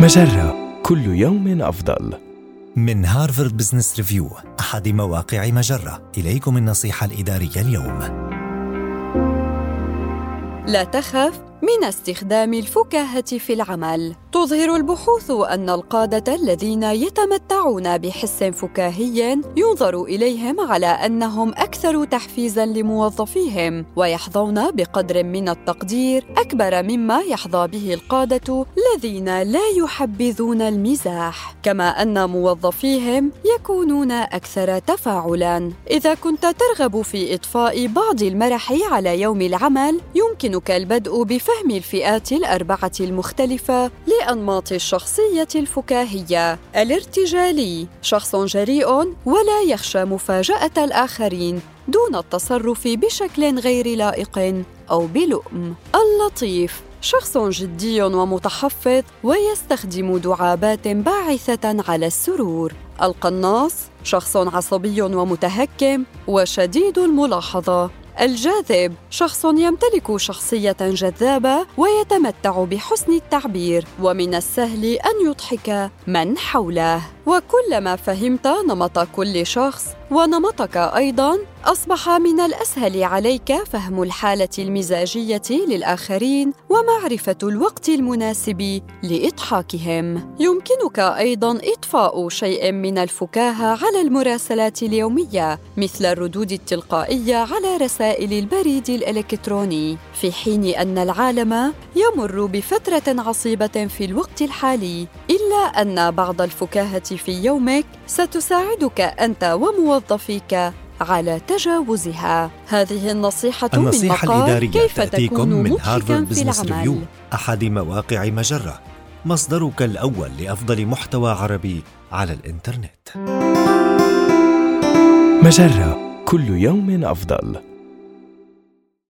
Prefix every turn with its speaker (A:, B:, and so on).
A: مجرة، كل يوم أفضل.
B: من هارفارد بزنس ريفيو، أحد مواقع مجرة. إليكم النصيحة الإدارية اليوم.
C: لا تخف من استخدام الفكاهة في العمل. تظهر البحوث أن القادة الذين يتمتعون بحس فكاهي ينظر إليهم على أنهم أكثر تحفيزاً لموظفيهم، ويحظون بقدر من التقدير أكبر مما يحظى به القادة الذين لا يحبذون المزاح، كما أن موظفيهم يكونون أكثر تفاعلاً. إذا كنت ترغب في إضفاء بعض المرح على يوم العمل، يمكنك البدء بفهم الفئات الأربعة المختلفة لأنماط الشخصية الفكاهية. الارتجالي، شخص جريء ولا يخشى مفاجأة الآخرين دون التصرف بشكل غير لائق أو بلؤم. اللطيف، شخص جدي ومتحفظ ويستخدم دعابات باعثة على السرور. القناص، شخص عصبي ومتهكم وشديد الملاحظة. الجاذب، شخص يمتلك شخصية جذابة ويتمتع بحسن التعبير، ومن السهل أن يضحك من حوله. وكلما فهمت نمط كل شخص ونمطك أيضاً، أصبح من الأسهل عليك فهم الحالة المزاجية للآخرين ومعرفة الوقت المناسب لإضحاكهم. يمكنك أيضاً إضفاء شيء من الفكاهة على المراسلات اليومية، مثل الردود التلقائية على رسائل البريد الإلكتروني. في حين أن العالم يمر بفترة عصيبة في الوقت الحالي، إلا أن بعض الفكاهة في يومك ستساعدك أنت وموظفيك على تجاوزها. هذه النصيحة من مقال كيف تكون مضحكاً في العمل،
B: أحد مواقع مجرة، مصدرك الأول لأفضل محتوى عربي على الإنترنت.
A: مجرة، كل يوم أفضل.